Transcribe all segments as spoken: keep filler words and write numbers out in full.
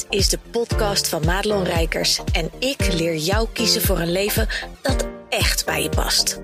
is de podcast van Madelon Rijkers en ik leer jou kiezen voor een leven dat echt bij je past.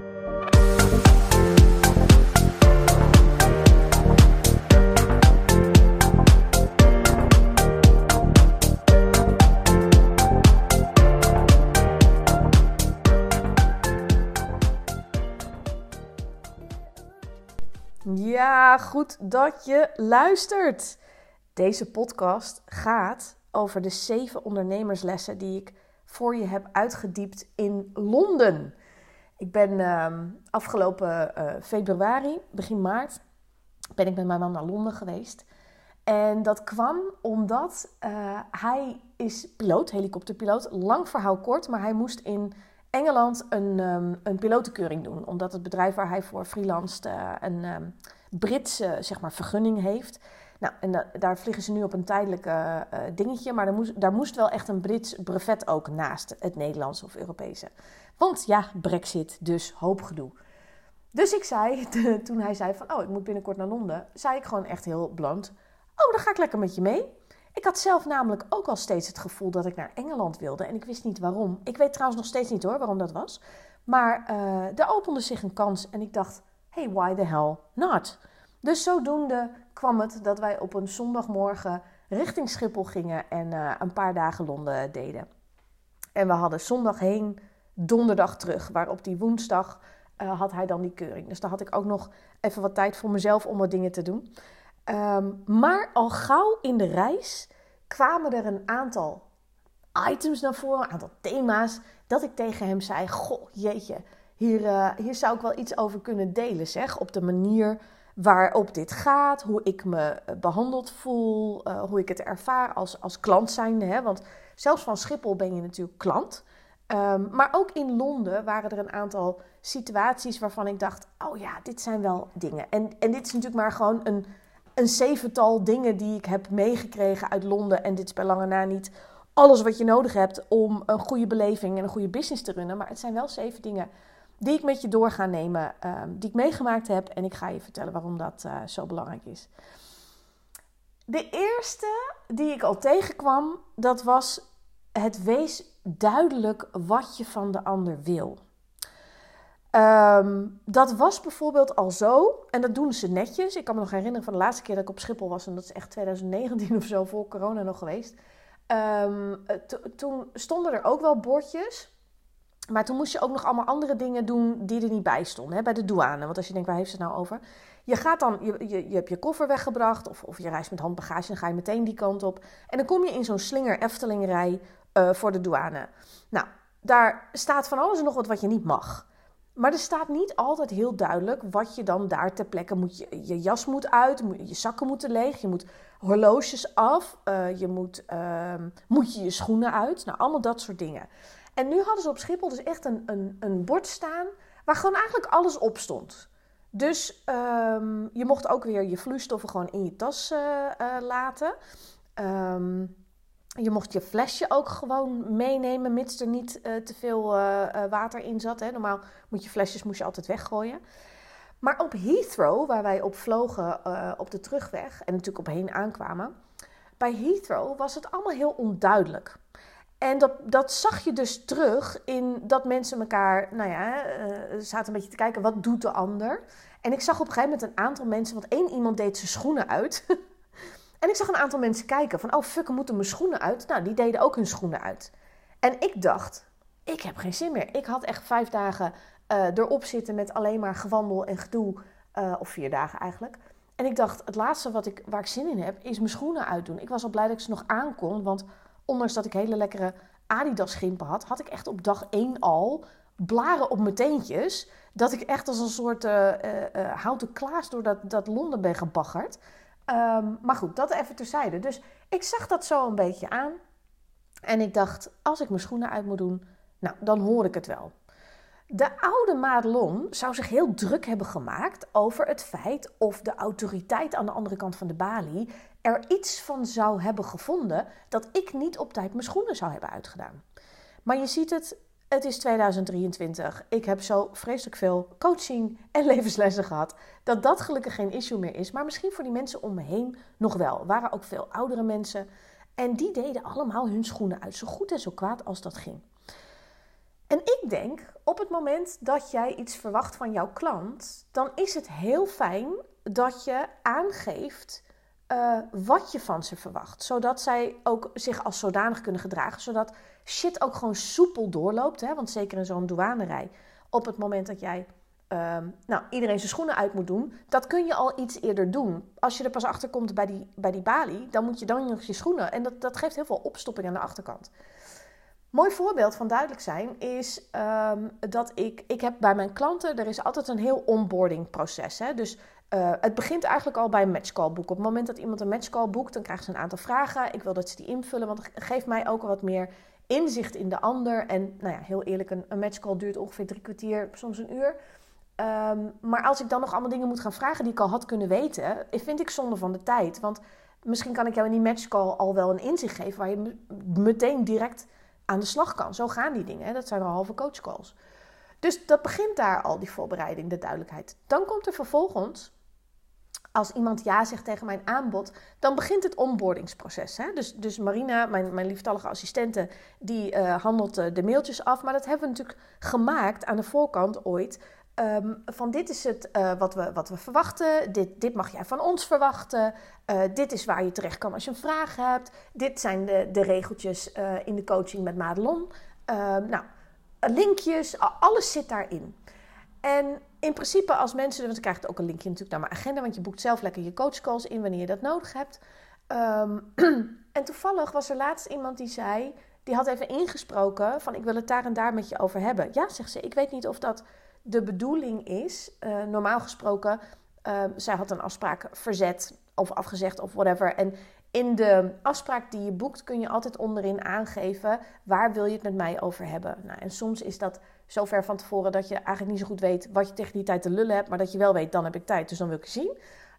Ja, goed dat je luistert. Deze podcast gaat over de zeven ondernemerslessen die ik voor je heb uitgediept in Londen. Ik ben uh, afgelopen uh, februari, begin maart, ben ik met mijn man naar Londen geweest. En dat kwam omdat uh, hij is piloot, helikopterpiloot. Lang verhaal kort, maar hij moest in Engeland een, um, een pilotenkeuring doen. Omdat het bedrijf waar hij voor freelanced uh, een um, Britse zeg maar, vergunning heeft. Nou, en da- daar vliegen ze nu op een tijdelijk uh, dingetje. Maar daar moest, daar moest wel echt een Brits brevet ook naast het Nederlandse of Europese. Want ja, Brexit, dus hoop gedoe. Dus ik zei, de, toen hij zei van, oh, ik moet binnenkort naar Londen, zei ik gewoon echt heel blunt, oh, dan ga ik lekker met je mee. Ik had zelf namelijk ook al steeds het gevoel dat ik naar Engeland wilde. En ik wist niet waarom. Ik weet trouwens nog steeds niet hoor, waarom dat was. Maar uh, er opende zich een kans en ik dacht, hey, why the hell not? Dus zodoende kwam het dat wij op een zondagmorgen richting Schiphol gingen en uh, een paar dagen Londen deden. En we hadden zondag heen, donderdag terug, waarop die woensdag uh, had hij dan die keuring. Dus daar had ik ook nog even wat tijd voor mezelf om wat dingen te doen. Um, maar al gauw in de reis kwamen er een aantal items naar voren, een aantal thema's, dat ik tegen hem zei, goh, jeetje, hier, uh, hier zou ik wel iets over kunnen delen, zeg, op de manier waarop dit gaat, hoe ik me behandeld voel, uh, hoe ik het ervaar als, als klant zijnde, hè? Want zelfs van Schiphol ben je natuurlijk klant. Um, maar ook in Londen waren er een aantal situaties waarvan ik dacht, oh ja, dit zijn wel dingen. En, en dit is natuurlijk maar gewoon een, een zevental dingen die ik heb meegekregen uit Londen. En dit is bij lange na niet alles wat je nodig hebt om een goede beleving en een goede business te runnen. Maar het zijn wel zeven dingen die ik met je door ga nemen, um, die ik meegemaakt heb. En ik ga je vertellen waarom dat uh, zo belangrijk is. De eerste die ik al tegenkwam, dat was het wees duidelijk wat je van de ander wil. Um, dat was bijvoorbeeld al zo, en dat doen ze netjes. Ik kan me nog herinneren van de laatste keer dat ik op Schiphol was, en dat is echt twintig negentien of zo, voor corona nog geweest. Um, to, toen stonden er ook wel bordjes. Maar toen moest je ook nog allemaal andere dingen doen die er niet bij stonden, hè, bij de douane. Want als je denkt, waar heeft ze het nou over? Je gaat dan, je, je, je hebt je koffer weggebracht of, of je reist met handbagage en dan ga je meteen die kant op. En dan kom je in zo'n slinger Eftelingrij uh, voor de douane. Nou, daar staat van alles en nog wat wat je niet mag. Maar er staat niet altijd heel duidelijk wat je dan daar ter plekke moet. Je, je jas moet uit, je zakken moeten leeg, je moet horloges af, uh, je moet, uh, moet je je schoenen uit. Nou, allemaal dat soort dingen. En nu hadden ze op Schiphol dus echt een, een, een bord staan waar gewoon eigenlijk alles op stond. Dus um, je mocht ook weer je vloeistoffen gewoon in je tas uh, uh, laten. Um, je mocht je flesje ook gewoon meenemen, mits er niet uh, te veel uh, uh, water in zat. Hè. Normaal moet je flesjes moest je altijd weggooien. Maar op Heathrow, waar wij op vlogen uh, op de terugweg en natuurlijk op heen aankwamen, bij Heathrow was het allemaal heel onduidelijk. En dat, dat zag je dus terug in dat mensen elkaar, nou ja, uh, zaten een beetje te kijken, wat doet de ander? En ik zag op een gegeven moment een aantal mensen, want één iemand deed zijn schoenen uit. En ik zag een aantal mensen kijken van, oh fuck, moeten mijn schoenen uit? Nou, die deden ook hun schoenen uit. En ik dacht, ik heb geen zin meer. Ik had echt vijf dagen uh, erop zitten met alleen maar gewandel en gedoe, uh, of vier dagen eigenlijk. En ik dacht, het laatste wat ik, waar ik zin in heb, is mijn schoenen uitdoen. Ik was al blij dat ik ze nog aankon, want ondanks dat ik hele lekkere Adidas schimpen had, had ik echt op dag één al blaren op mijn teentjes. Dat ik echt als een soort uh, uh, uh, houten klaas door dat, dat Londen ben gebaggerd. Um, maar goed, dat even terzijde. Dus ik zag dat zo een beetje aan. En ik dacht, als ik mijn schoenen uit moet doen, nou, dan hoor ik het wel. De oude Madelon zou zich heel druk hebben gemaakt over het feit of de autoriteit aan de andere kant van de balie er iets van zou hebben gevonden dat ik niet op tijd mijn schoenen zou hebben uitgedaan. Maar je ziet het, het is tweeduizend drieëntwintig. Ik heb zo vreselijk veel coaching en levenslessen gehad dat dat gelukkig geen issue meer is. Maar misschien voor die mensen om me heen nog wel. Er waren ook veel oudere mensen. En die deden allemaal hun schoenen uit, zo goed en zo kwaad als dat ging. En ik denk, op het moment dat jij iets verwacht van jouw klant, dan is het heel fijn dat je aangeeft uh, wat je van ze verwacht. Zodat zij ook zich als zodanig kunnen gedragen, zodat shit ook gewoon soepel doorloopt. Hè? Want zeker in zo'n douanerij, op het moment dat jij uh, nou, iedereen zijn schoenen uit moet doen, dat kun je al iets eerder doen. Als je er pas achter komt bij die, bij die balie, dan moet je dan nog je schoenen. En dat, dat geeft heel veel opstopping aan de achterkant. Mooi voorbeeld van duidelijk zijn is um, dat ik, ik heb bij mijn klanten, er is altijd een heel onboarding proces. Hè? Dus uh, het begint eigenlijk al bij een matchcall boeken. Op het moment dat iemand een matchcall boekt, dan krijgt ze een aantal vragen. Ik wil dat ze die invullen, want het geeft mij ook wat meer inzicht in de ander. En nou ja, heel eerlijk, een, een matchcall duurt ongeveer drie kwartier, soms een uur. Um, maar als ik dan nog allemaal dingen moet gaan vragen die ik al had kunnen weten, vind ik zonde van de tijd. Want misschien kan ik jou in die matchcall al wel een inzicht geven waar je meteen direct aan de slag kan. Zo gaan die dingen. Hè? Dat zijn wel halve coachcalls. Dus dat begint daar al, die voorbereiding, de duidelijkheid. Dan komt er vervolgens, als iemand ja zegt tegen mijn aanbod, dan begint het onboardingsproces. Hè? Dus, dus Marina, mijn, mijn lieftallige assistente, die uh, handelt uh, de mailtjes af. Maar dat hebben we natuurlijk gemaakt aan de voorkant ooit. Um, van dit is het uh, wat, we, wat we verwachten, dit, dit mag jij van ons verwachten, uh, dit is waar je terecht kan als je een vraag hebt, dit zijn de, de regeltjes uh, in de coaching met Madelon. Uh, nou, linkjes, alles zit daarin. En in principe als mensen, want dan krijg je ook een linkje natuurlijk naar mijn agenda, want je boekt zelf lekker je coachcalls in wanneer je dat nodig hebt. Um, en toevallig was er laatst iemand die zei, die had even ingesproken van ik wil het daar en daar met je over hebben. Ja, zegt ze, ik weet niet of dat de bedoeling is, uh, normaal gesproken, uh, zij had een afspraak verzet of afgezegd of whatever. En in de afspraak die je boekt kun je altijd onderin aangeven, waar wil je het met mij over hebben? Nou, en soms is dat zo ver van tevoren dat je eigenlijk niet zo goed weet wat je tegen die tijd te lullen hebt, maar dat je wel weet, dan heb ik tijd, dus dan wil ik je zien.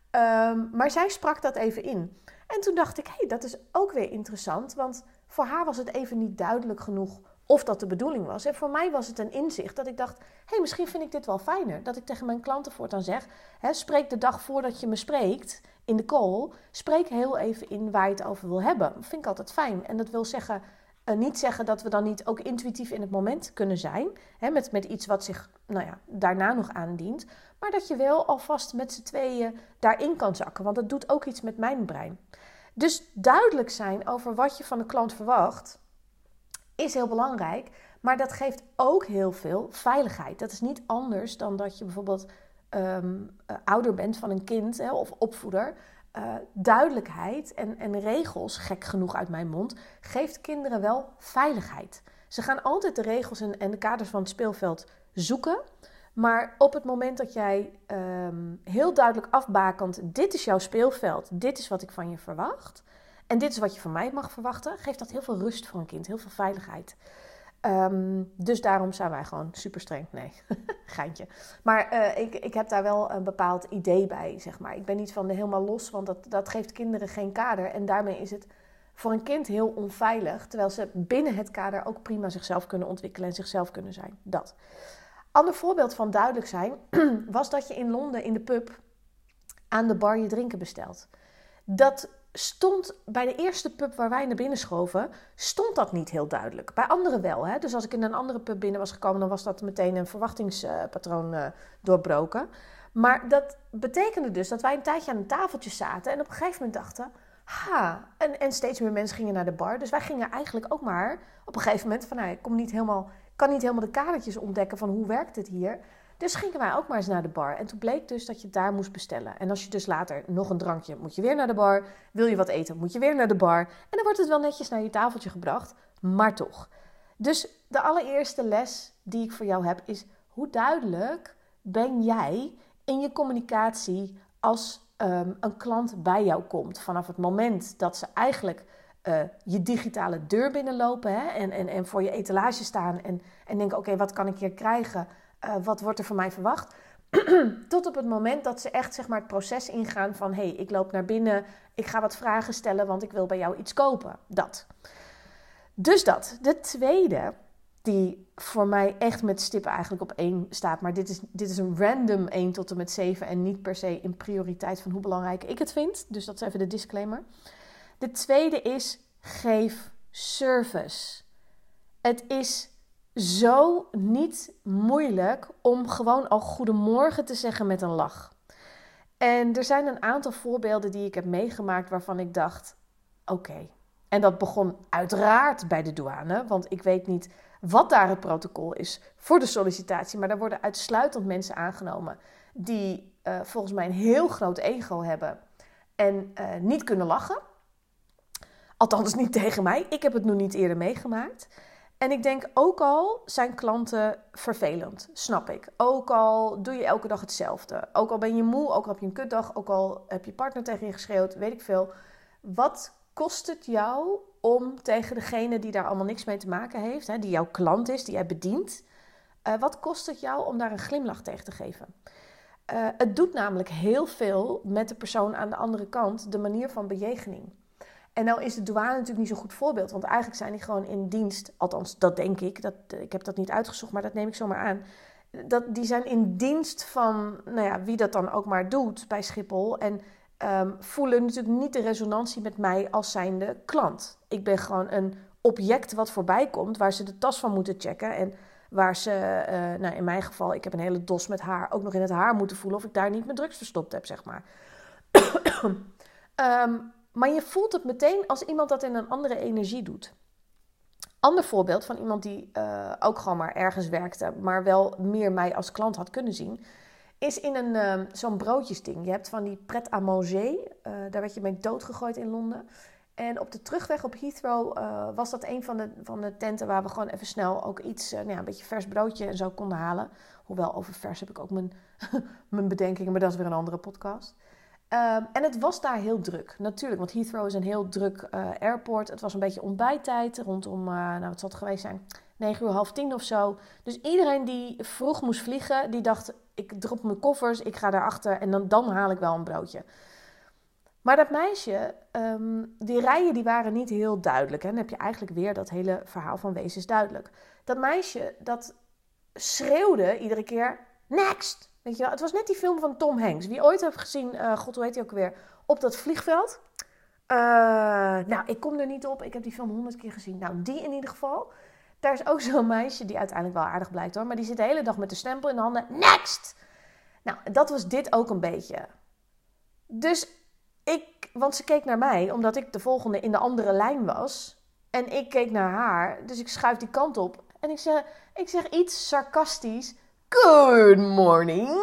Um, maar zij sprak dat even in. En toen dacht ik, hé, hey, dat is ook weer interessant, want voor haar was het even niet duidelijk genoeg of dat de bedoeling was. En voor mij was het een inzicht dat ik dacht, hé, hey, misschien vind ik dit wel fijner. Dat ik tegen mijn klanten voortaan zeg, hè, spreek de dag voordat je me spreekt in de call, spreek heel even in waar je het over wil hebben. Dat vind ik altijd fijn. En dat wil zeggen, uh, niet zeggen dat we dan niet ook intuïtief in het moment kunnen zijn, hè, met, met iets wat zich nou ja, daarna nog aandient, maar dat je wel alvast met z'n tweeën daarin kan zakken, want dat doet ook iets met mijn brein. Dus duidelijk zijn over wat je van de klant verwacht is heel belangrijk, maar dat geeft ook heel veel veiligheid. Dat is niet anders dan dat je bijvoorbeeld um, uh, ouder bent van een kind, hè, of opvoeder. Uh, duidelijkheid en, en regels, gek genoeg uit mijn mond, geeft kinderen wel veiligheid. Ze gaan altijd de regels en, en de kaders van het speelveld zoeken. Maar op het moment dat jij um, heel duidelijk afbakent, dit is jouw speelveld, dit is wat ik van je verwacht, en dit is wat je van mij mag verwachten, geeft dat heel veel rust voor een kind, heel veel veiligheid. Um, dus daarom zijn wij gewoon super streng. Nee, geintje. Maar uh, ik, ik heb daar wel een bepaald idee bij, zeg maar. Ik ben niet van de helemaal los, want dat, dat geeft kinderen geen kader. En daarmee is het voor een kind heel onveilig, terwijl ze binnen het kader ook prima zichzelf kunnen ontwikkelen en zichzelf kunnen zijn. Dat. Ander voorbeeld van duidelijk zijn was dat je in Londen in de pub aan de bar je drinken bestelt. Dat stond bij de eerste pub waar wij naar binnen schoven, stond dat niet heel duidelijk. Bij anderen wel. Hè? Dus als ik in een andere pub binnen was gekomen, dan was dat meteen een verwachtingspatroon uh, doorbroken. Maar dat betekende dus dat wij een tijdje aan een tafeltje zaten en op een gegeven moment dachten, ha, en, en steeds meer mensen gingen naar de bar. Dus wij gingen eigenlijk ook maar op een gegeven moment van, nou, ik kom niet helemaal, kan niet helemaal de kadertjes ontdekken van hoe werkt het hier. Dus gingen wij ook maar eens naar de bar. En toen bleek dus dat je het daar moest bestellen. En als je dus later nog een drankje, moet je weer naar de bar. Wil je wat eten, moet je weer naar de bar. En dan wordt het wel netjes naar je tafeltje gebracht. Maar toch. Dus de allereerste les die ik voor jou heb is, hoe duidelijk ben jij in je communicatie als um, een klant bij jou komt. Vanaf het moment dat ze eigenlijk uh, je digitale deur binnenlopen, hè, en, en, en voor je etalage staan en, en denken, oké, okay, wat kan ik hier krijgen? Uh, wat wordt er van mij verwacht? Tot op het moment dat ze echt, zeg maar, het proces ingaan van, hé, hey, ik loop naar binnen, ik ga wat vragen stellen, want ik wil bij jou iets kopen. Dat. Dus dat. De tweede, die voor mij echt met stippen eigenlijk op één staat, maar dit is, dit is een random één tot en met zeven en niet per se in prioriteit van hoe belangrijk ik het vind. Dus dat is even de disclaimer. De tweede is, geef service. Het is zo niet moeilijk om gewoon al goedemorgen te zeggen met een lach. En er zijn een aantal voorbeelden die ik heb meegemaakt waarvan ik dacht, oké. Okay. En dat begon uiteraard bij de douane, want ik weet niet wat daar het protocol is voor de sollicitatie. Maar daar worden uitsluitend mensen aangenomen die uh, volgens mij een heel groot ego hebben en uh, niet kunnen lachen. Althans niet tegen mij. Ik heb het nog niet eerder meegemaakt. En ik denk ook al zijn klanten vervelend, snap ik. Ook al doe je elke dag hetzelfde. Ook al ben je moe, ook al heb je een kutdag, ook al heb je partner tegen je geschreeuwd, weet ik veel. Wat kost het jou om tegen degene die daar allemaal niks mee te maken heeft, hè, die jouw klant is, die jij bedient, uh, wat kost het jou om daar een glimlach tegen te geven? Uh, het doet namelijk heel veel met de persoon aan de andere kant, de manier van bejegening. En nou is de douane natuurlijk niet zo'n goed voorbeeld, want eigenlijk zijn die gewoon in dienst, althans dat denk ik, dat, ik heb dat niet uitgezocht, maar dat neem ik zomaar aan. Dat, die zijn in dienst van, nou ja, wie dat dan ook maar doet bij Schiphol en um, voelen natuurlijk niet de resonantie met mij als zijnde klant. Ik ben gewoon een object wat voorbij komt, waar ze de tas van moeten checken en waar ze, uh, nou in mijn geval, ik heb een hele dos met haar, ook nog in het haar moeten voelen of ik daar niet mijn drugs verstopt heb, zeg maar. um, Maar je voelt het meteen als iemand dat in een andere energie doet. Ander voorbeeld van iemand die uh, ook gewoon maar ergens werkte, maar wel meer mij als klant had kunnen zien, is in een uh, zo'n broodjesding. Je hebt van die pret-à-manger, uh, daar werd je mee doodgegooid in Londen. En op de terugweg op Heathrow uh, was dat een van de, van de tenten waar we gewoon even snel ook iets, uh, nou ja, een beetje vers broodje en zo konden halen. Hoewel over vers heb ik ook mijn, mijn bedenkingen, maar dat is weer een andere podcast. Um, en het was daar heel druk, natuurlijk, want Heathrow is een heel druk uh, airport. Het was een beetje ontbijttijd, rondom, uh, nou wat zal het geweest zijn, negen uur, half tien of zo. Dus iedereen die vroeg moest vliegen, die dacht, ik drop mijn koffers, ik ga daarachter en dan, dan haal ik wel een broodje. Maar dat meisje, um, die rijen die waren niet heel duidelijk. Hè? Dan heb je eigenlijk weer dat hele verhaal van wees is duidelijk. Dat meisje, dat schreeuwde iedere keer, next! Weet je wel, het was net die film van Tom Hanks. Wie ooit heeft gezien, uh, god hoe heet hij ook weer, op dat vliegveld. Uh, nou, ik kom er niet op. Ik heb die film honderd keer gezien. Nou, die in ieder geval. Daar is ook zo'n meisje die uiteindelijk wel aardig blijkt hoor. Maar die zit de hele dag met de stempel in de handen. Next! Nou, dat was dit ook een beetje. Dus ik, want ze keek naar mij, omdat ik de volgende in de andere lijn was. En ik keek naar haar. Dus ik schuif die kant op. En ik zeg, ik zeg iets sarcastisch. Good morning.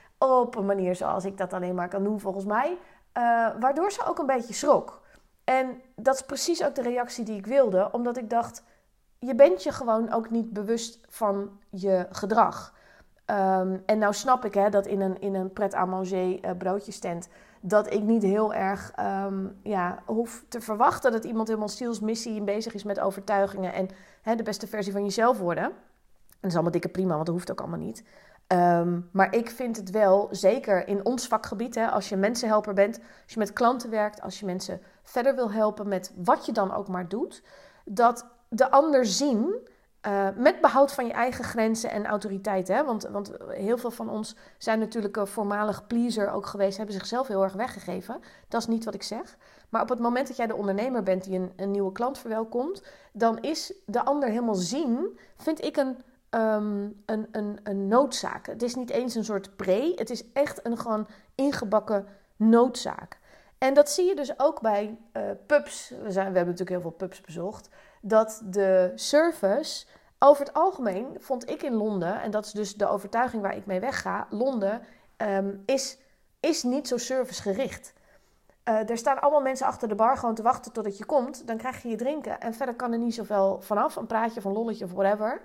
Op een manier zoals ik dat alleen maar kan doen volgens mij. Uh, waardoor ze ook een beetje schrok. En dat is precies ook de reactie die ik wilde. Omdat ik dacht, je bent je gewoon ook niet bewust van je gedrag. Um, en nou snap ik hè, dat in een, in een pret-à-manger uh, broodjestent, dat ik niet heel erg um, ja, hoef te verwachten dat iemand helemaal zielsmissie bezig is met overtuigingen en hè, de beste versie van jezelf worden. En dat is allemaal dikke prima, want dat hoeft ook allemaal niet. Um, maar ik vind het wel, zeker in ons vakgebied, hè, als je mensenhelper bent, als je met klanten werkt, als je mensen verder wil helpen met wat je dan ook maar doet, dat de ander zien, uh, met behoud van je eigen grenzen en autoriteit. Hè, want, want heel veel van ons zijn natuurlijk een voormalig pleaser ook geweest, hebben zichzelf heel erg weggegeven. Dat is niet wat ik zeg. Maar op het moment dat jij de ondernemer bent die een, een nieuwe klant verwelkomt, dan is de ander helemaal zien, vind ik een... Um, een, een, een noodzaak. Het is niet eens een soort pre, het is echt een gewoon ingebakken noodzaak. En dat zie je dus ook bij uh, pubs. We, zijn, we hebben natuurlijk heel veel pubs bezocht. Dat de service, over het algemeen vond ik in Londen, en dat is dus de overtuiging waar ik mee wegga, Londen um, is, is niet zo servicegericht. Uh, er staan allemaal mensen achter de bar gewoon te wachten totdat je komt. Dan krijg je je drinken en verder kan er niet zoveel vanaf. Een praatje of een lolletje of whatever.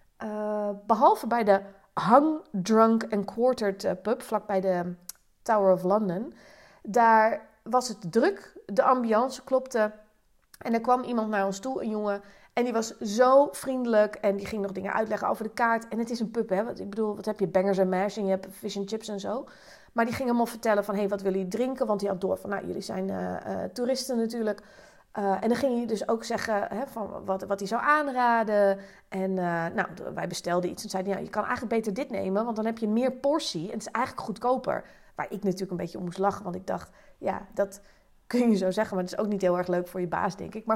Uh, behalve bij de Hung, Drunk and Quartered uh, pub, vlakbij de Tower of London. Daar was het druk, de ambiance klopte. En er kwam iemand naar ons toe, een jongen. En die was zo vriendelijk en die ging nog dingen uitleggen over de kaart. En het is een pub, hè. Ik bedoel, wat heb je? Bangers en mash en je hebt fish and chips en zo. Maar die ging helemaal vertellen van, hé, hey, wat willen jullie drinken? Want die had door van, nou, jullie zijn uh, uh, toeristen natuurlijk. Uh, en dan ging hij dus ook zeggen hè, van wat, wat hij zou aanraden. En uh, nou, wij bestelden iets en zeiden, ja, je kan eigenlijk beter dit nemen, want dan heb je meer portie en het is eigenlijk goedkoper. Waar ik natuurlijk een beetje om moest lachen, want ik dacht, ja, dat kun je zo zeggen, maar het is ook niet heel erg leuk voor je baas, denk ik. Maar goed,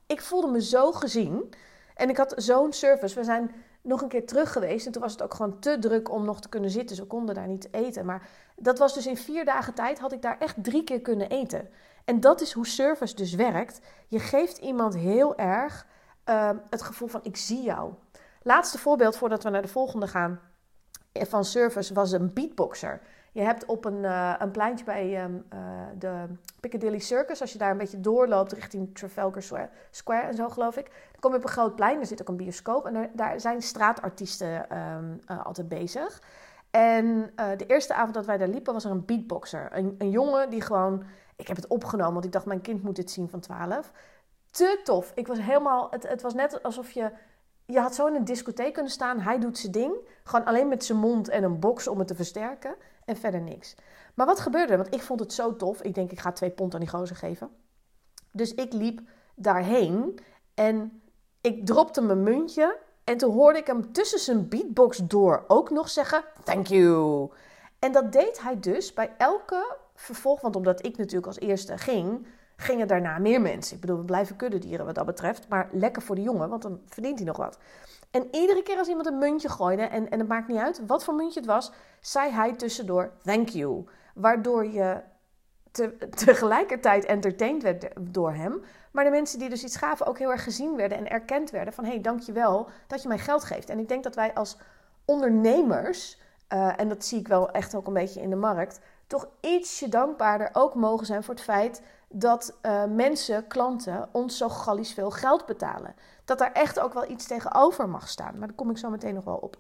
ik voelde me zo gezien. En ik had zo'n service. We zijn nog een keer terug geweest. En toen was het ook gewoon te druk om nog te kunnen zitten. Ze konden daar niet eten. Maar dat was dus in vier dagen tijd had ik daar echt drie keer kunnen eten. En dat is hoe service dus werkt. Je geeft iemand heel erg uh, het gevoel van ik zie jou. Laatste voorbeeld voordat we naar de volgende gaan van service was een beatboxer. Je hebt op een, uh, een pleintje bij um, uh, de Piccadilly Circus, als je daar een beetje doorloopt richting Trafalgar Square en zo geloof ik, dan kom je op een groot plein, er zit ook een bioscoop en daar, daar zijn straatartiesten um, uh, altijd bezig. En uh, de eerste avond dat wij daar liepen was er een beatboxer. Een, een jongen die gewoon, ik heb het opgenomen, want ik dacht mijn kind moet dit zien van twaalf. Te tof. Ik was helemaal, het, het was net alsof je... Je had zo in een discotheek kunnen staan. Hij doet zijn ding. Gewoon alleen met zijn mond en een box om het te versterken. En verder niks. Maar wat gebeurde er? Want ik vond het zo tof. Ik denk, ik ga twee pond aan die gozer geven. Dus ik liep daarheen. En ik dropte mijn muntje. En toen hoorde ik hem tussen zijn beatbox door ook nog zeggen... Thank you. En dat deed hij dus bij elke vervolg. Want omdat ik natuurlijk als eerste ging... gingen daarna meer mensen. Ik bedoel, we blijven kuddedieren wat dat betreft. Maar lekker voor de jongen, want dan verdient hij nog wat. En iedere keer als iemand een muntje gooide... en, en het maakt niet uit wat voor muntje het was... zei hij tussendoor, thank you. Waardoor je te, tegelijkertijd entertained werd door hem. Maar de mensen die dus iets gaven ook heel erg gezien werden... en erkend werden van, hé, hey, dankjewel dat je mij geld geeft. En ik denk dat wij als ondernemers... Uh, en dat zie ik wel echt ook een beetje in de markt... toch ietsje dankbaarder ook mogen zijn voor het feit... dat uh, mensen, klanten, ons zo gallisch veel geld betalen. Dat daar echt ook wel iets tegenover mag staan. Maar daar kom ik zo meteen nog wel op.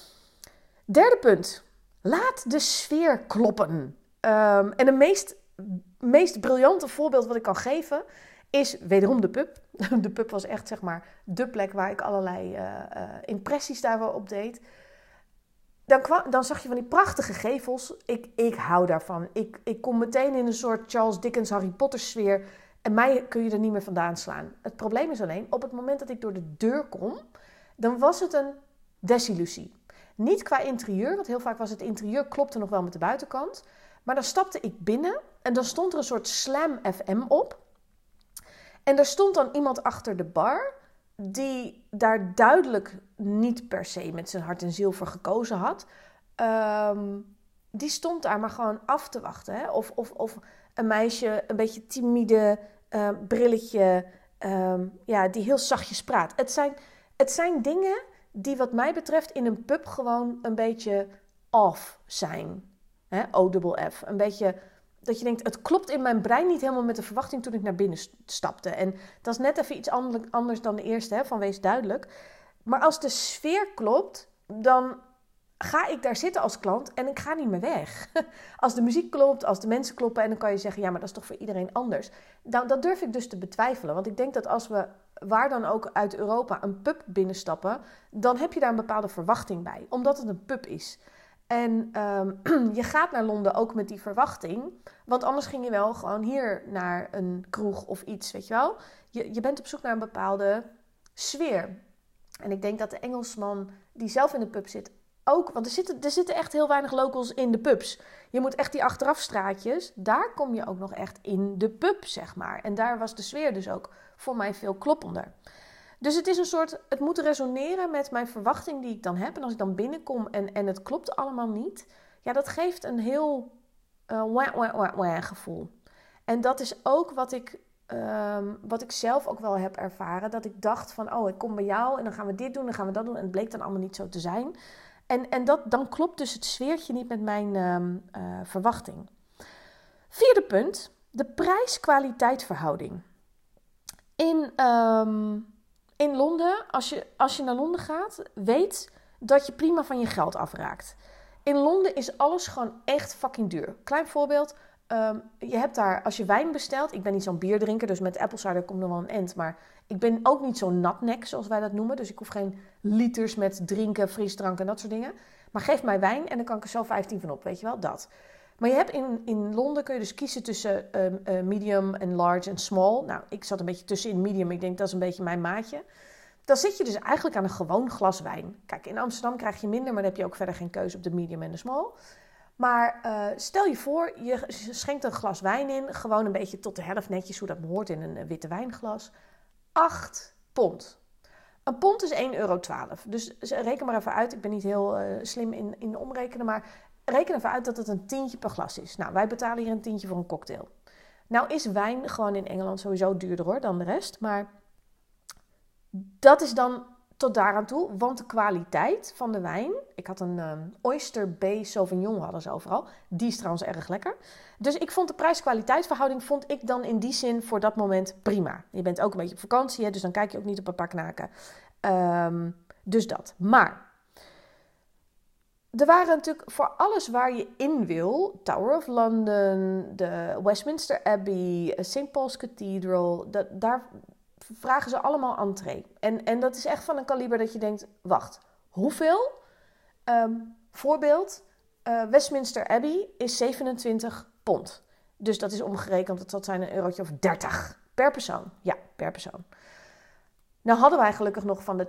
Derde punt. Laat de sfeer kloppen. Um, en het meest, meest briljante voorbeeld wat ik kan geven... is wederom de pub. De pub was echt, zeg maar, de plek waar ik allerlei uh, uh, impressies daarop deed... Dan, kwam, dan zag je van die prachtige gevels. Ik, ik hou daarvan. Ik, ik kom meteen in een soort Charles Dickens, Harry Potter sfeer. En mij kun je er niet meer vandaan slaan. Het probleem is alleen, op het moment dat ik door de deur kom... dan was het een desillusie. Niet qua interieur, want heel vaak was het interieur... klopte nog wel met de buitenkant. Maar dan stapte ik binnen en dan stond er een soort Slam F M op. En er stond dan iemand achter de bar... die daar duidelijk niet per se met zijn hart en ziel voor gekozen had. Um, die stond daar maar gewoon af te wachten. Hè? Of, of, of een meisje, een beetje timide, uh, brilletje, um, ja, die heel zachtjes praat. Het zijn, het zijn dingen die wat mij betreft in een pub gewoon een beetje off zijn. Hè? O-double-F. Een beetje... dat je denkt, het klopt in mijn brein niet helemaal met de verwachting toen ik naar binnen stapte. En dat is net even iets anders dan de eerste, hè, van wees duidelijk. Maar als de sfeer klopt, dan ga ik daar zitten als klant en ik ga niet meer weg. Als de muziek klopt, als de mensen kloppen en dan kan je zeggen, ja, maar dat is toch voor iedereen anders. Nou, dat durf ik dus te betwijfelen. Want ik denk dat als we, waar dan ook uit Europa, een pub binnenstappen, dan heb je daar een bepaalde verwachting bij. Omdat het een pub is. En um, je gaat naar Londen ook met die verwachting. Want anders ging je wel gewoon hier naar een kroeg of iets, weet je wel. Je, je bent op zoek naar een bepaalde sfeer. En ik denk dat de Engelsman die zelf in de pub zit ook... Want er zitten, er zitten echt heel weinig locals in de pubs. Je moet echt die achterafstraatjes, daar kom je ook nog echt in de pub, zeg maar. En daar was de sfeer dus ook voor mij veel kloppender. Dus het is een soort, het moet resoneren met mijn verwachting die ik dan heb. En als ik dan binnenkom en, en het klopt allemaal niet, ja, dat geeft een heel uh, wah, wah, wah, wah gevoel. En dat is ook wat ik, um, wat ik zelf ook wel heb ervaren. Dat ik dacht van, oh, ik kom bij jou en dan gaan we dit doen, dan gaan we dat doen. En het bleek dan allemaal niet zo te zijn. En, en dat, dan klopt dus het sfeertje niet met mijn um, uh, verwachting. Vierde punt, de prijs-kwaliteit verhouding. In... Um, In Londen, als je, als je naar Londen gaat, weet dat je prima van je geld afraakt. In Londen is alles gewoon echt fucking duur. Klein voorbeeld, um, je hebt daar, als je wijn bestelt... Ik ben niet zo'n bierdrinker, dus met apple cider komt nog wel een end. Maar ik ben ook niet zo'n natnek, zoals wij dat noemen. Dus ik hoef geen liters met drinken, frisdrank en dat soort dingen. Maar geef mij wijn en dan kan ik er zo vijftien van op, weet je wel, dat. Maar je hebt in, in Londen kun je dus kiezen tussen um, uh, medium en large en small. Nou, ik zat een beetje tussenin medium. Ik denk, dat is een beetje mijn maatje. Dan zit je dus eigenlijk aan een gewoon glas wijn. Kijk, in Amsterdam krijg je minder, maar dan heb je ook verder geen keuze op de medium en de small. Maar uh, stel je voor, je schenkt een glas wijn in. Gewoon een beetje tot de helft netjes, hoe dat behoort in een uh, witte wijnglas. acht pond. Een pond is één euro twaalf. Dus reken maar even uit. Ik ben niet heel uh, slim in, in omrekenen, maar reken even uit dat het een tientje per glas is. Nou, wij betalen hier een tientje voor een cocktail. Nou is wijn gewoon in Engeland sowieso duurder hoor dan de rest. Maar dat is dan tot daaraan toe. Want de kwaliteit van de wijn... Ik had een um, Oyster Bay Sauvignon hadden ze overal. Die is trouwens erg lekker. Dus ik vond de prijs-kwaliteitsverhouding vond ik dan in die zin voor dat moment prima. Je bent ook een beetje op vakantie, hè, dus dan kijk je ook niet op een paar knaken. Um, dus dat. Maar... Er waren natuurlijk voor alles waar je in wil, Tower of London, de Westminster Abbey, Saint Paul's Cathedral, dat, daar vragen ze allemaal entree. En, en dat is echt van een kaliber dat je denkt, wacht, hoeveel? Um, voorbeeld, uh, Westminster Abbey is zevenentwintig pond. Dus dat is omgerekend, dat zal zijn een eurotje of dertig per persoon. Ja, per persoon. Nou hadden wij gelukkig nog van de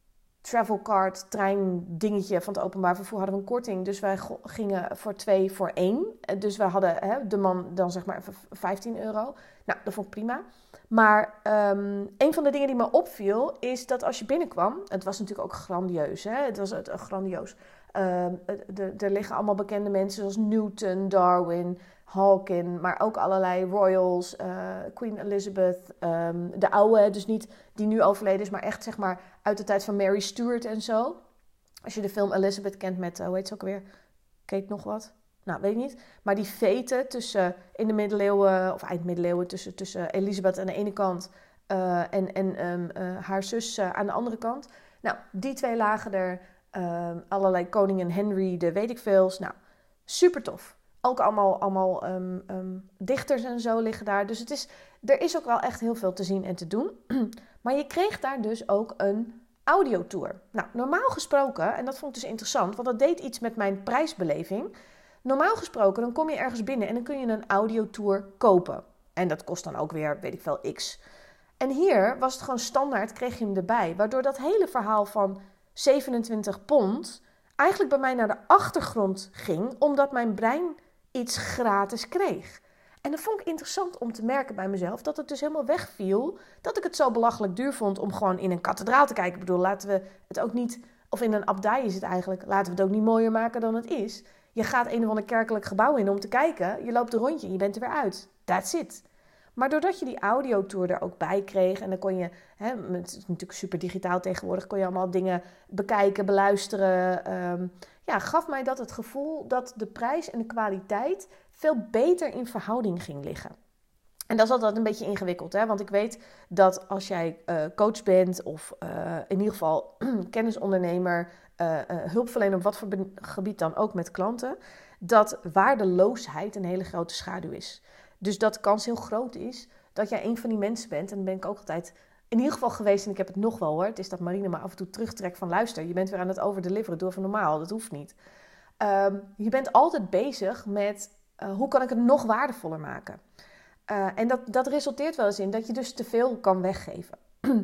travelcard, trein dingetje van het openbaar vervoer hadden we een korting. Dus wij go- gingen voor twee voor één. Dus wij hadden hè, de man dan zeg maar vijftien euro. Nou, dat vond ik prima. Maar um, een van de dingen die me opviel is dat als je binnenkwam... Het was natuurlijk ook grandieus. Hè? Het was het, uh, grandioos. Uh, er liggen allemaal bekende mensen zoals Newton, Darwin, Hawking, maar ook allerlei royals, uh, Queen Elizabeth, um, de oude, dus niet die nu overleden is, maar echt zeg maar uit de tijd van Mary Stuart en zo. Als je de film Elizabeth kent met, uh, hoe heet ze ook weer, Kate nog wat? Nou, weet ik niet. Maar die veten tussen, uh, in de middeleeuwen, of eind middeleeuwen, tussen, tussen Elizabeth aan de ene kant uh, en, en um, uh, haar zus uh, aan de andere kant. Nou, die twee lagen er, uh, allerlei koningen Henry, de weet ik veels. Nou, super tof. Ook allemaal, allemaal um, um, dichters en zo liggen daar. Dus het is, er is ook wel echt heel veel te zien en te doen. Maar je kreeg daar dus ook een audiotour. Nou, normaal gesproken, en dat vond ik dus interessant, want dat deed iets met mijn prijsbeleving. Normaal gesproken, dan kom je ergens binnen en dan kun je een audiotour kopen. En dat kost dan ook weer, weet ik veel, x. En hier was het gewoon standaard, kreeg je hem erbij. Waardoor dat hele verhaal van zevenentwintig pond eigenlijk bij mij naar de achtergrond ging, omdat mijn brein iets gratis kreeg. En dat vond ik interessant om te merken bij mezelf, dat het dus helemaal wegviel, dat ik het zo belachelijk duur vond om gewoon in een kathedraal te kijken. Ik bedoel, laten we het ook niet, of in een abdij is het eigenlijk, laten we het ook niet mooier maken dan het is. Je gaat een of ander kerkelijk gebouw in om te kijken, je loopt een rondje en je bent er weer uit. That's it. Maar doordat je die audiotour er ook bij kreeg, en dan kon je, hè, het is natuurlijk super digitaal tegenwoordig, kon je allemaal dingen bekijken, beluisteren. Um, ja, gaf mij dat het gevoel dat de prijs en de kwaliteit veel beter in verhouding ging liggen. En dat is altijd een beetje ingewikkeld, hè? Want ik weet dat als jij uh, coach bent of uh, in ieder geval kennisondernemer, uh, uh, hulpverlener op wat voor gebied dan ook met klanten, dat waardeloosheid een hele grote schaduw is. Dus dat de kans heel groot is dat jij een van die mensen bent, en dan ben ik ook altijd in ieder geval geweest, en ik heb het nog wel hoor, het is dat Marine me af en toe terugtrekt van luister, je bent weer aan het overdeliveren, doe even normaal, dat hoeft niet. Um, je bent altijd bezig met uh, hoe kan ik het nog waardevoller maken. Uh, en dat, dat resulteert wel eens in dat je dus te veel kan weggeven.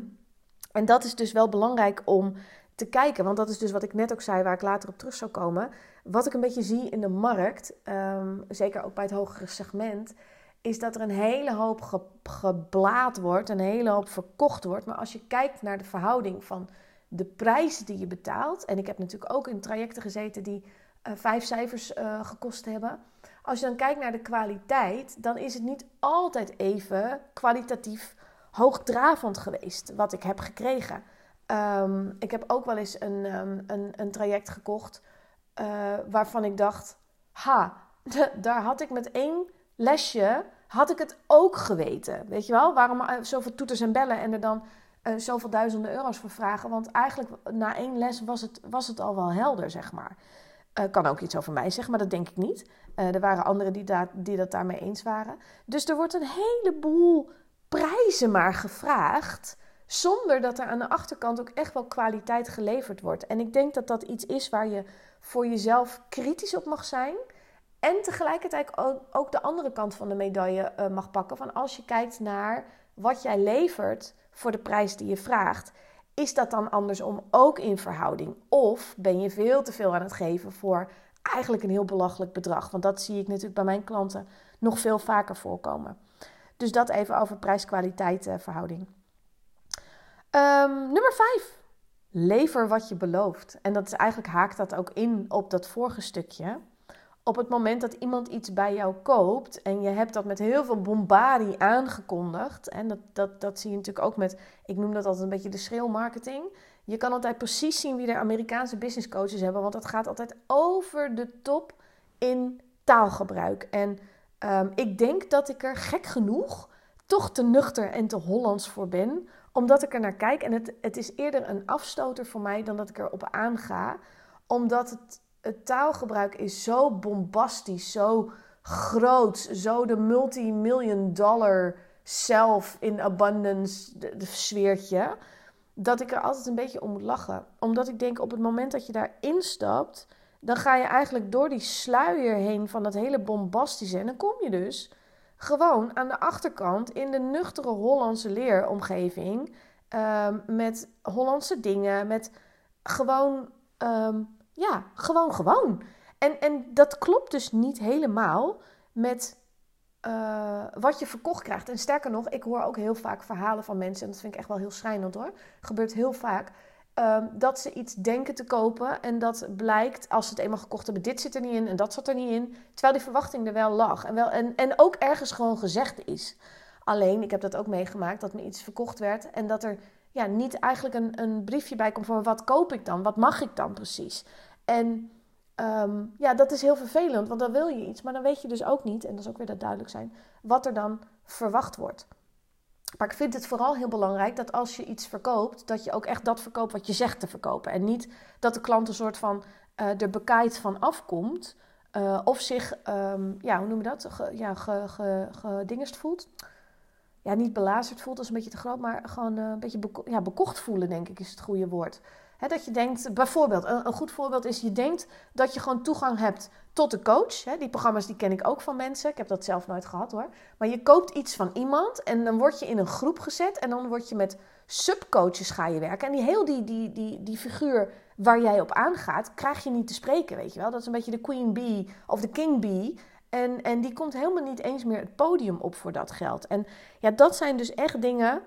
En dat is dus wel belangrijk om te kijken, want dat is dus wat ik net ook zei, waar ik later op terug zou komen. Wat ik een beetje zie in de markt, um, zeker ook bij het hogere segment, is dat er een hele hoop ge- geblaad wordt, een hele hoop verkocht wordt. Maar als je kijkt naar de verhouding van de prijzen die je betaalt, en ik heb natuurlijk ook in trajecten gezeten die uh, vijf cijfers uh, gekost hebben. Als je dan kijkt naar de kwaliteit, dan is het niet altijd even kwalitatief hoogdravend geweest wat ik heb gekregen. Um, ik heb ook wel eens een, um, een, een traject gekocht uh, waarvan ik dacht, ha, d- daar had ik met één lesje, had ik het ook geweten. Weet je wel, waarom uh, zoveel toeters en bellen en er dan uh, zoveel duizenden euro's voor vragen. Want eigenlijk na één les was het, was het al wel helder, zeg maar. Uh, kan ook iets over mij zeggen, maar dat denk ik niet. Uh, er waren anderen die, da- die dat daarmee eens waren. Dus er wordt een heleboel prijzen maar gevraagd, zonder dat er aan de achterkant ook echt wel kwaliteit geleverd wordt. En ik denk dat dat iets is waar je voor jezelf kritisch op mag zijn. En tegelijkertijd ook, ook de andere kant van de medaille uh, mag pakken. Van als je kijkt naar wat jij levert voor de prijs die je vraagt, is dat dan andersom ook in verhouding? Of ben je veel te veel aan het geven voor eigenlijk een heel belachelijk bedrag? Want dat zie ik natuurlijk bij mijn klanten nog veel vaker voorkomen. Dus dat even over prijs-kwaliteit uh, verhouding. Um, nummer vijf. Lever wat je belooft. En dat is eigenlijk haakt dat ook in op dat vorige stukje. Op het moment dat iemand iets bij jou koopt en je hebt dat met heel veel bombardie aangekondigd. En dat, dat, dat zie je natuurlijk ook met, ik noem dat altijd een beetje de schreeuwmarketing. Je kan altijd precies zien wie de Amerikaanse business coaches hebben, want dat gaat altijd over de top in taalgebruik. En um, ik denk dat ik er gek genoeg toch te nuchter en te Hollands voor ben, omdat ik er naar kijk. En het, het is eerder een afstoter voor mij dan dat ik erop aanga, omdat het, het taalgebruik is zo bombastisch, zo groot, zo de multi-million dollar self in abundance de, de sfeertje, dat ik er altijd een beetje om moet lachen. Omdat ik denk, op het moment dat je daar instapt, dan ga je eigenlijk door die sluier heen van dat hele bombastische. En dan kom je dus gewoon aan de achterkant in de nuchtere Hollandse leeromgeving. Um, met Hollandse dingen, met gewoon, um, ja, gewoon gewoon. En, en dat klopt dus niet helemaal met uh, wat je verkocht krijgt. En sterker nog, ik hoor ook heel vaak verhalen van mensen, en dat vind ik echt wel heel schrijnend hoor. Gebeurt heel vaak. Um, dat ze iets denken te kopen en dat blijkt, als ze het eenmaal gekocht hebben, dit zit er niet in en dat zat er niet in. Terwijl die verwachting er wel lag. En, wel, en, en ook ergens gewoon gezegd is. Alleen, ik heb dat ook meegemaakt, dat me iets verkocht werd en dat er ja, niet eigenlijk een, een briefje bij komt van wat koop ik dan? Wat mag ik dan precies? En um, ja, dat is heel vervelend, want dan wil je iets, maar dan weet je dus ook niet, en dat is ook weer dat duidelijk zijn, wat er dan verwacht wordt. Maar ik vind het vooral heel belangrijk dat als je iets verkoopt, dat je ook echt dat verkoopt wat je zegt te verkopen. En niet dat de klant een soort van uh, er bekaaid van afkomt. Uh, of zich, um, ja, hoe noem je dat? Ge, ja, ge, ge, gedingest voelt. Ja, niet belazerd voelt, dat is een beetje te groot. Maar gewoon uh, een beetje beko- ja, bekocht voelen, denk ik, is het goede woord. He, dat je denkt, bijvoorbeeld, een, een goed voorbeeld is, je denkt dat je gewoon toegang hebt tot de coach. He, die programma's die ken ik ook van mensen. Ik heb dat zelf nooit gehad hoor. Maar je koopt iets van iemand en dan word je in een groep gezet. En dan word je met subcoaches ga je werken. En die heel die, die, die, die figuur waar jij op aangaat, krijg je niet te spreken, weet je wel. Dat is een beetje de queen bee of de king bee. En, en die komt helemaal niet eens meer het podium op voor dat geld. En ja, dat zijn dus echt dingen.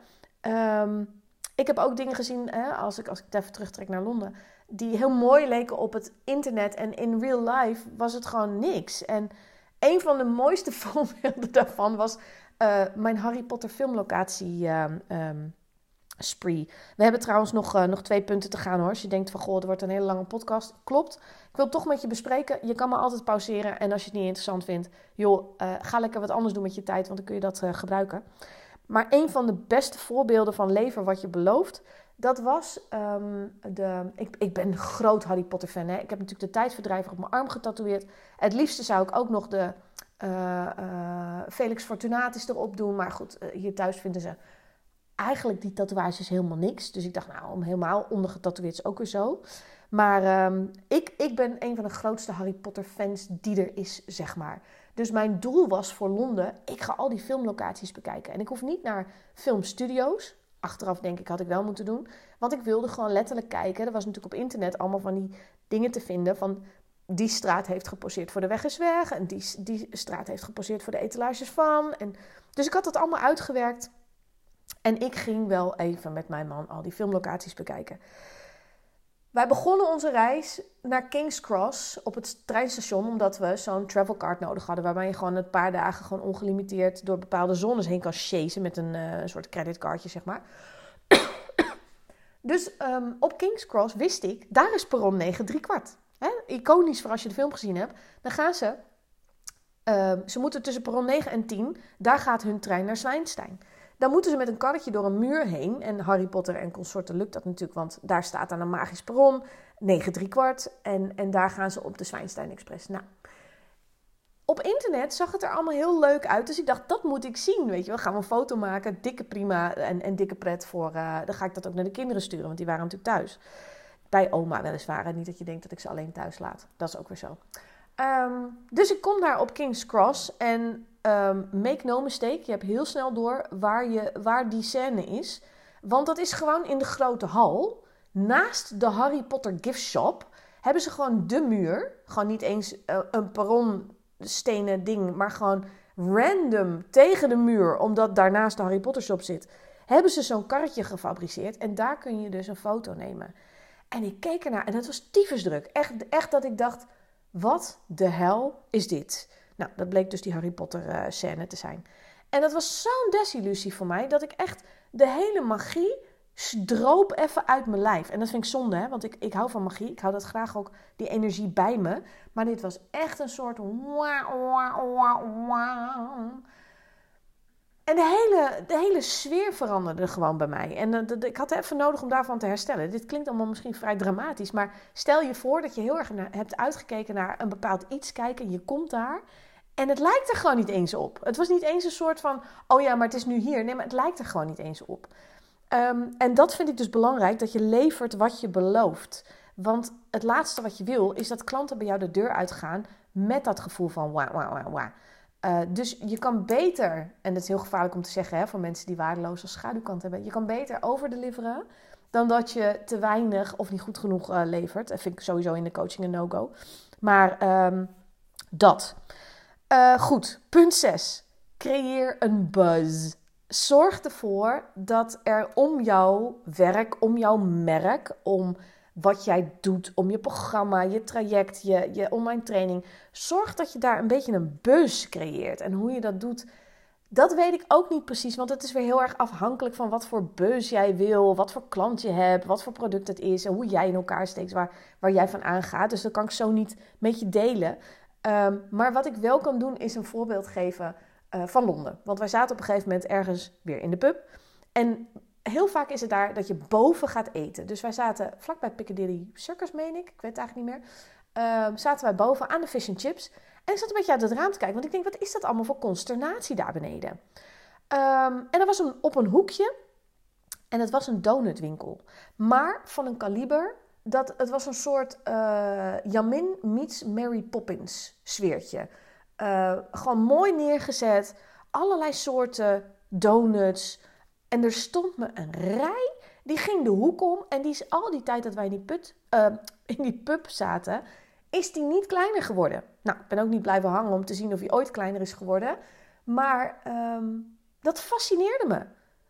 Um, ik heb ook dingen gezien, hè, als, ik, als ik het even terugtrek naar Londen, die heel mooi leken op het internet. En in real life was het gewoon niks. En een van de mooiste voorbeelden daarvan was uh, mijn Harry Potter filmlocatie um, um, spree. We hebben trouwens nog, uh, nog twee punten te gaan hoor. Als je denkt van goh, er wordt een hele lange podcast. Klopt. Ik wil het toch met je bespreken. Je kan me altijd pauzeren. En als je het niet interessant vindt, joh, uh, ga lekker wat anders doen met je tijd. Want dan kun je dat uh, gebruiken. Maar een van de beste voorbeelden van lever wat je belooft, dat was um, de... Ik, ik ben een groot Harry Potter fan. Hè? Ik heb natuurlijk de tijdverdrijver op mijn arm getatoeëerd. Het liefste zou ik ook nog de uh, uh, Felix Fortunatus erop doen. Maar goed, uh, hier thuis vinden ze eigenlijk die tatoeages helemaal niks. Dus ik dacht, nou, om helemaal ondergetatoeëerd is ook weer zo. Maar um, ik, ik ben een van de grootste Harry Potter fans die er is, zeg maar. Dus mijn doel was voor Londen, ik ga al die filmlocaties bekijken. En ik hoef niet naar filmstudio's. Achteraf denk ik, had ik wel moeten doen. Want ik wilde gewoon letterlijk kijken. Er was natuurlijk op internet allemaal van die dingen te vinden van die straat heeft geposeerd voor de Weg is Weg. En die, die straat heeft geposeerd voor de etalages van. En, dus ik had dat allemaal uitgewerkt. En ik ging wel even met mijn man al die filmlocaties bekijken. Wij begonnen onze reis naar King's Cross op het treinstation, omdat we zo'n travelcard nodig hadden, waarbij je gewoon een paar dagen gewoon ongelimiteerd door bepaalde zones heen kan chasen met een uh, soort creditcardje, zeg maar. Dus um, op King's Cross wist ik, daar is perron negen drie kwart. Hè? Iconisch voor als je de film gezien hebt. Dan gaan ze, uh, ze moeten tussen perron negen en tien, daar gaat hun trein naar Zwijnstein. Dan moeten ze met een karretje door een muur heen. En Harry Potter en consorten lukt dat natuurlijk, want daar staat aan een magisch perron, negen drie kwart. En, en daar gaan ze op de Zwijnstein Express. Nou, op internet zag het er allemaal heel leuk uit. Dus ik dacht, dat moet ik zien, weet je wel. Gaan we een foto maken, dikke prima en, en dikke pret voor. Uh, dan ga ik dat ook naar de kinderen sturen, want die waren natuurlijk thuis. Bij oma weliswaar. En niet dat je denkt dat ik ze alleen thuis laat. Dat is ook weer zo. Um, dus ik kom daar op King's Cross en um, make no mistake, je hebt heel snel door waar, je, waar die scène is. Want dat is gewoon in de grote hal. Naast de Harry Potter gift shop hebben ze gewoon de muur. Gewoon niet eens uh, een perronstenen ding, maar gewoon random tegen de muur. Omdat daarnaast de Harry Potter shop zit. hebben ze zo'n karretje gefabriceerd. En daar kun je dus een foto nemen. En ik keek ernaar en het was tyfusdruk. Echt, echt dat ik dacht, wat de hel is dit? Nou, dat bleek dus die Harry Potter uh, scène te zijn. En dat was zo'n desillusie voor mij, dat ik echt de hele magie stroop even uit mijn lijf. En dat vind ik zonde, hè? Want ik, ik hou van magie. Ik hou dat graag ook, die energie bij me. Maar dit was echt een soort... En de hele, de hele sfeer veranderde gewoon bij mij. En uh, de, de, ik had even nodig om daarvan te herstellen. Dit klinkt allemaal misschien vrij dramatisch. Maar stel je voor dat je heel erg na, hebt uitgekeken naar een bepaald iets kijken. En je komt daar. En het lijkt er gewoon niet eens op. Het was niet eens een soort van... Oh ja, maar het is nu hier. Nee, maar het lijkt er gewoon niet eens op. Um, en dat vind ik dus belangrijk. Dat je levert wat je belooft. Want het laatste wat je wil is dat klanten bij jou de deur uitgaan. Met dat gevoel van wauw, wauw, wauw, wauw. Uh, dus je kan beter, en dat is heel gevaarlijk om te zeggen hè, voor mensen die waardeloze schaduwkant hebben. Je kan beter overdeliveren dan dat je te weinig of niet goed genoeg uh, levert. Dat vind ik sowieso in de coaching een no-go. Maar um, dat. Uh, goed, punt zes. Creëer een buzz. Zorg ervoor dat er om jouw werk, om jouw merk, om wat jij doet, om je programma, je traject, je, je online training. Zorg dat je daar een beetje een buzz creëert. En hoe je dat doet, dat weet ik ook niet precies. Want het is weer heel erg afhankelijk van wat voor buzz jij wil, wat voor klant je hebt, wat voor product het is en hoe jij in elkaar steekt, waar, waar jij van aangaat. Dus dat kan ik zo niet met je delen. Um, maar wat ik wel kan doen is een voorbeeld geven uh, van Londen. Want wij zaten op een gegeven moment ergens weer in de pub. En heel vaak is het daar dat je boven gaat eten. Dus wij zaten vlakbij Piccadilly Circus, meen ik. Ik weet het eigenlijk niet meer. Um, zaten wij boven aan de fish and chips. En ik zat een beetje uit het raam te kijken. Want ik denk, wat is dat allemaal voor consternatie daar beneden? Um, en er was een, op een hoekje. En het was een donutwinkel. Maar van een kaliber. Dat, het was een soort uh, Jamin meets Mary Poppins sfeertje. Uh, gewoon mooi neergezet. Allerlei soorten donuts. En er stond me een rij, die ging de hoek om. En die is al die tijd dat wij in die, put, uh, in die pub zaten, is die niet kleiner geworden. Nou, ik ben ook niet blijven hangen om te zien of hij ooit kleiner is geworden. Maar um, dat fascineerde me.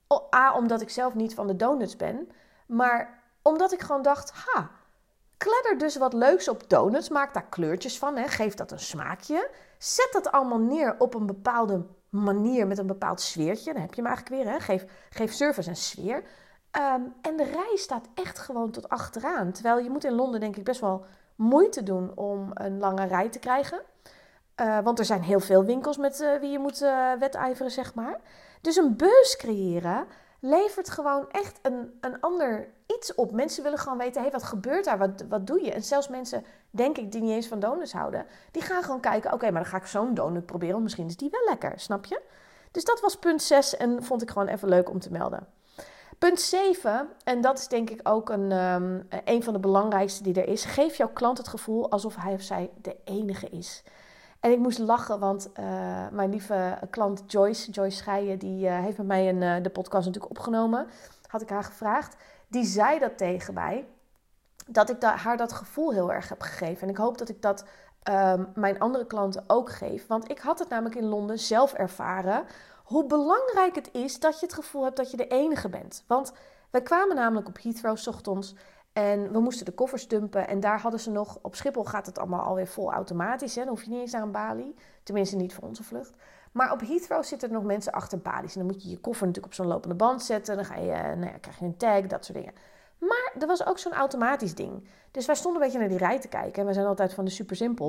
A, omdat ik zelf niet van de donuts ben. Maar omdat ik gewoon dacht, ha, kledder dus wat leuks op donuts. Maak daar kleurtjes van, hè, geef dat een smaakje. Zet dat allemaal neer op een bepaalde manier met een bepaald sfeertje. Dan heb je hem eigenlijk weer. Hè? Geef, geef service en sfeer. Um, en de rij staat echt gewoon tot achteraan. Terwijl je moet in Londen denk ik best wel moeite doen om een lange rij te krijgen. Uh, want er zijn heel veel winkels met uh, wie je moet uh, wedijveren, zeg maar. Dus een buzz creëren levert gewoon echt een, een ander iets op. Mensen willen gewoon weten, hé, wat gebeurt daar? Wat, wat doe je? En zelfs mensen, denk ik, die niet eens van donuts houden, die gaan gewoon kijken, oké, okay, maar dan ga ik zo'n donut proberen, want misschien is die wel lekker, snap je? Dus dat was punt zes en vond ik gewoon even leuk om te melden. Punt zeven, en dat is denk ik ook een, um, een van de belangrijkste die er is, geef jouw klant het gevoel alsof hij of zij de enige is. En ik moest lachen, want uh, mijn lieve klant Joyce, Joyce Scheijen, die uh, heeft met mij een, uh, de podcast natuurlijk opgenomen. Had ik haar gevraagd. Die zei dat tegen mij, dat ik da- haar dat gevoel heel erg heb gegeven. En ik hoop dat ik dat um, mijn andere klanten ook geef. Want ik had het namelijk in Londen zelf ervaren, hoe belangrijk het is dat je het gevoel hebt dat je de enige bent. Want wij kwamen namelijk op Heathrow 's ochtends. En we moesten de koffers dumpen. En daar hadden ze nog... Op Schiphol gaat het allemaal alweer vol automatisch. Hè? Dan hoef je niet eens naar een balie. Tenminste niet voor onze vlucht. Maar op Heathrow zitten er nog mensen achter balies. En dan moet je je koffer natuurlijk op zo'n lopende band zetten. Dan ga je, nou ja, krijg je een tag, dat soort dingen. Maar er was ook zo'n automatisch ding. Dus wij stonden een beetje naar die rij te kijken. En wij zijn altijd van de super simpel.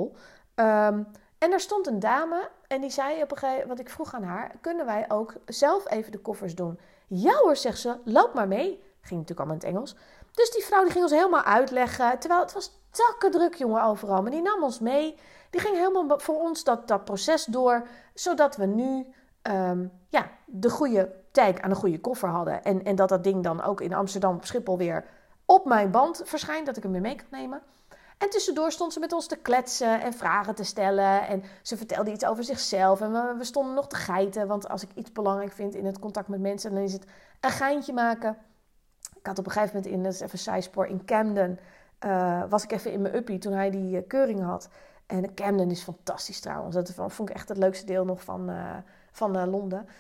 Um, en daar stond een dame. En die zei op een gegeven moment... Want ik vroeg aan haar... Kunnen wij ook zelf even de koffers doen? Ja hoor, zegt ze. Loop maar mee. Ging natuurlijk allemaal in het Engels. Dus die vrouw die ging ons helemaal uitleggen. Terwijl het was takkendruk, jongen, overal. Maar die nam ons mee. Die ging helemaal voor ons dat, dat proces door. Zodat we nu um, ja, de goede tag aan de goede koffer hadden. En, en dat dat ding dan ook in Amsterdam op Schiphol weer op mijn band verschijnt. Dat ik hem weer mee kan nemen. En tussendoor stond ze met ons te kletsen en vragen te stellen. En ze vertelde iets over zichzelf. En we, we stonden nog te geiten. Want als ik iets belangrijk vind in het contact met mensen, dan is het een geintje maken. Ik had op een gegeven moment in, dat is even zijspoor, in Camden, uh, was ik even in mijn uppie toen hij die uh, keuring had. En Camden is fantastisch trouwens. Dat vond ik echt het leukste deel nog van, uh, van uh, Londen.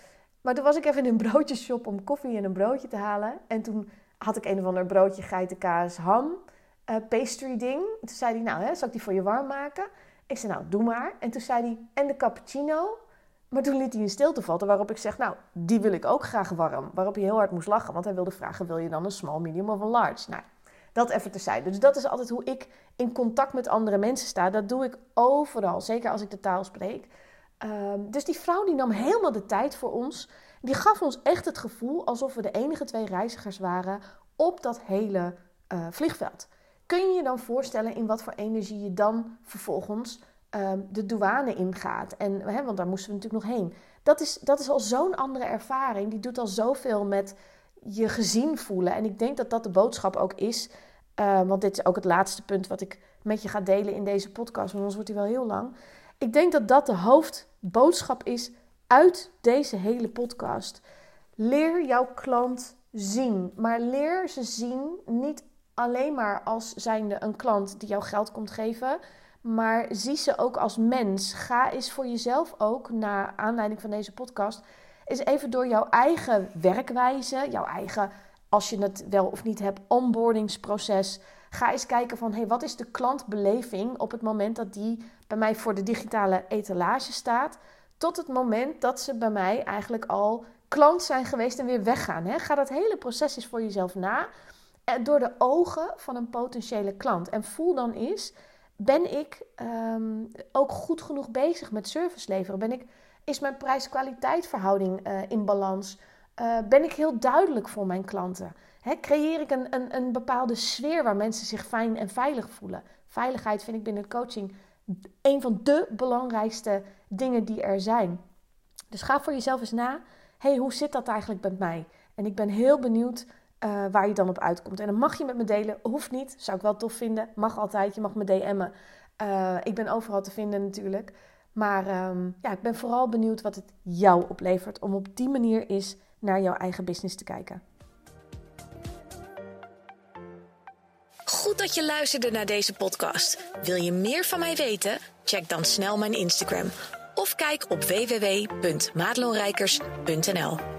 Maar toen was ik even in een broodjesshop om koffie en een broodje te halen. En toen had ik een of ander broodje, geitenkaas, ham, uh, pastry ding. En toen zei hij, nou, hè, zal ik die voor je warm maken? Ik zei, nou, doe maar. En toen zei hij, en de cappuccino? Maar toen liet hij een stilte vallen, waarop ik zeg, nou, die wil ik ook graag warm. Waarop hij heel hard moest lachen, want hij wilde vragen, wil je dan een small, medium of een large? Nou, dat even terzijde. Dus dat is altijd hoe ik in contact met andere mensen sta. Dat doe ik overal, zeker als ik de taal spreek. Um, dus die vrouw die nam helemaal de tijd voor ons. Die gaf ons echt het gevoel alsof we de enige twee reizigers waren op dat hele uh, vliegveld. Kun je je dan voorstellen in wat voor energie je dan vervolgens um, de douane ingaat? En, hè, want daar moesten we natuurlijk nog heen. Dat is, dat is al zo'n andere ervaring. Die doet al zoveel met je gezien voelen. En ik denk dat dat de boodschap ook is. Uh, want dit is ook het laatste punt wat ik met je ga delen in deze podcast. Want anders wordt die wel heel lang. Ik denk dat dat de hoofdboodschap is uit deze hele podcast. Leer jouw klant zien. Maar leer ze zien niet alleen maar als zijnde een klant die jou geld komt geven. Maar zie ze ook als mens. Ga eens voor jezelf ook, naar aanleiding van deze podcast, eens even door jouw eigen werkwijze, jouw eigen, als je het wel of niet hebt, onboardingsproces. Ga eens kijken van, hey, wat is de klantbeleving op het moment dat die bij mij voor de digitale etalage staat, tot het moment dat ze bij mij eigenlijk al klant zijn geweest en weer weggaan. Hè? Ga dat hele proces eens voor jezelf na, door de ogen van een potentiële klant. En voel dan eens, ben ik um, ook goed genoeg bezig met service leveren? Ben ik, is mijn prijs-kwaliteit verhouding uh, in balans? Uh, ben ik heel duidelijk voor mijn klanten? He, creëer ik een, een, een bepaalde sfeer waar mensen zich fijn en veilig voelen? Veiligheid vind ik binnen coaching een van de belangrijkste dingen die er zijn. Dus ga voor jezelf eens na. Hey, hoe zit dat eigenlijk met mij? En ik ben heel benieuwd uh, waar je dan op uitkomt. En dan mag je met me delen. Hoeft niet. Zou ik wel tof vinden. Mag altijd. Je mag me D M'en. Uh, ik ben overal te vinden natuurlijk. Maar um, ja, ik ben vooral benieuwd wat het jou oplevert. Om op die manier eens naar jouw eigen business te kijken. Goed dat je luisterde naar deze podcast. Wil je meer van mij weten? Check dan snel mijn Instagram. Of kijk op w w w punt madelonrijkers punt n l.